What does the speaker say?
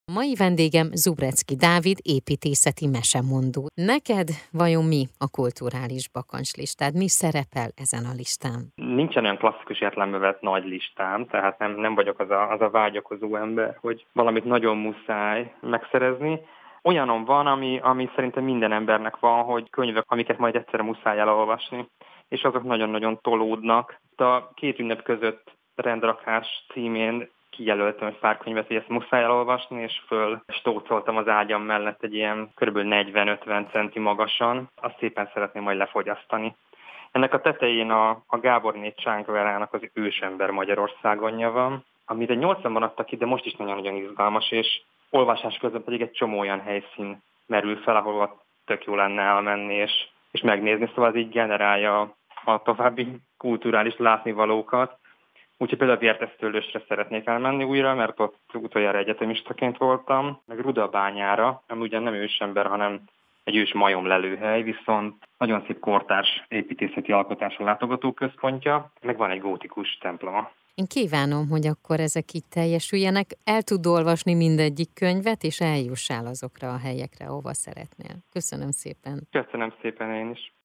Mai vendégem Zubrecki Dávid, építészeti mesemondó. Neked vajon mi a kulturális bakancslistád? Mi szerepel ezen a listán? Nincsen olyan klasszikus értelembe vett nagy listám, tehát nem vagyok az a vágyakozó ember, hogy valamit nagyon muszáj megszerezni. Olyanom van, ami szerintem minden embernek van, hogy könyvek, amiket majd egyszerre muszáj elolvasni, és azok nagyon-nagyon tolódnak. A két ünnep között rendrakás címén kijelöltem egy pár könyvet, hogy ezt muszáj elolvasni, és föl stócoltam az ágyam mellett egy ilyen kb. 40-50 centi magasan. Azt szépen szeretném majd lefogyasztani. Ennek a tetején a Gáborné Csánkverának az Ősember Magyarországonja van, amit egy 80-ban adtak ki, de most is nagyon-nagyon izgalmas, és olvasás közben pedig egy csomó olyan helyszín merül fel, ahol tök jó lenne elmenni és megnézni, szóval ez így generálja a további kulturális látnivalókat. Úgyhogy például Vértesztőlősre szeretnék elmenni újra, mert ott utoljára egyetemistaként voltam, meg Rudabányára, ami ugyan nem ősember, hanem egy ős majomlelőhely, viszont nagyon szép kortárs építészeti alkotású látogatóközpontja, meg van egy gótikus temploma. Én kívánom, hogy akkor ezek így teljesüljenek. El tud olvasni mindegyik könyvet, és eljussál azokra a helyekre, ahova szeretnél. Köszönöm szépen. Köszönöm szépen én is.